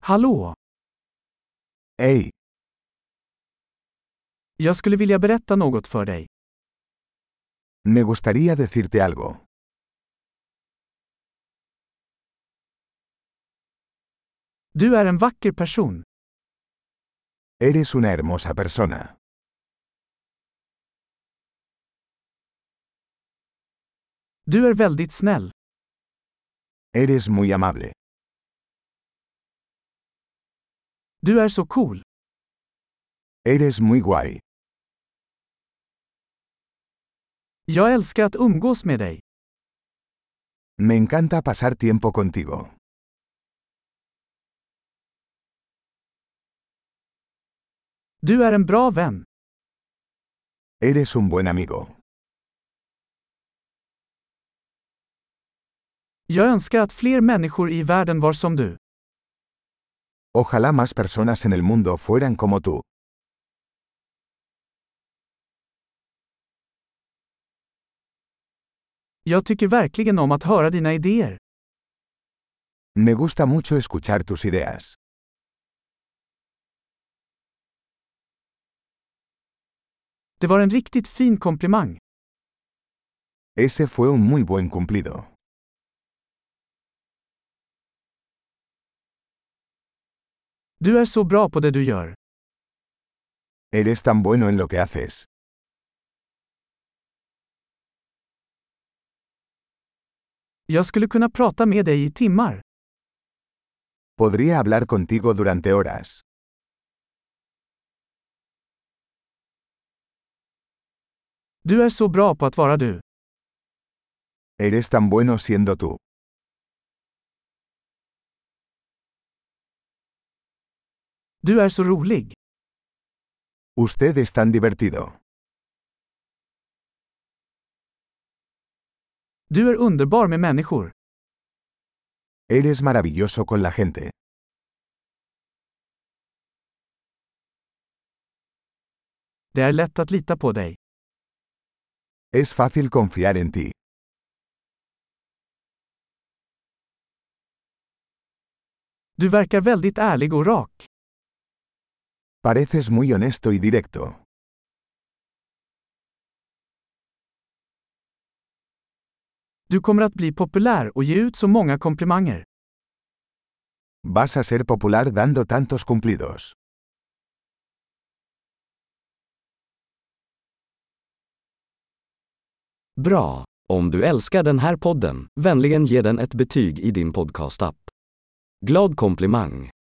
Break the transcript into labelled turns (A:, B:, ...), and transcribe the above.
A: Hallå!
B: Hey,
A: Jag skulle vilja berätta något för dig.
B: me gustaría decirte algo.
A: Du är en vacker person.
B: Eres una hermosa persona.
A: Du är väldigt snäll.
B: Eres muy amable.
A: Du är så cool.
B: Eres muy guay.
A: Jag älskar att umgås med dig.
B: Me encanta pasar tiempo contigo.
A: Du är en bra vän.
B: Eres un buen amigo.
A: Jag önskar att fler människor i världen var som du.
B: Ojalá más personas en el mundo fueran como tú.
A: Jag tycker verkligen om att höra dina idéer.
B: Me gusta mucho escuchar tus ideas.
A: Det var en riktigt fin komplimang.
B: Ese fue un muy buen cumplido.
A: Du är så bra på det du gör.
B: Eres tan bueno en lo que haces.
A: Jag skulle kunna prata med dig i timmar.
B: Podría hablar contigo durante horas.
A: Du är så bra på att vara du.
B: Eres tan bueno siendo tú.
A: Du är så rolig.
B: Usted es tan divertido.
A: Du är underbar med människor.
B: Eres maravilloso con la gente.
A: Det är lätt att lita på dig.
B: Es fácil confiar en ti.
A: Du verkar väldigt ärlig och rak.
B: Pareces muy honesto y directo.
A: Du kommer att bli populär och ge ut så många komplimanger.
B: Vas a ser popular dando tantos cumplidos.
C: Bra! Om du älskar den här podden, vänligen ge den ett betyg i din podcastapp. Glad komplimang!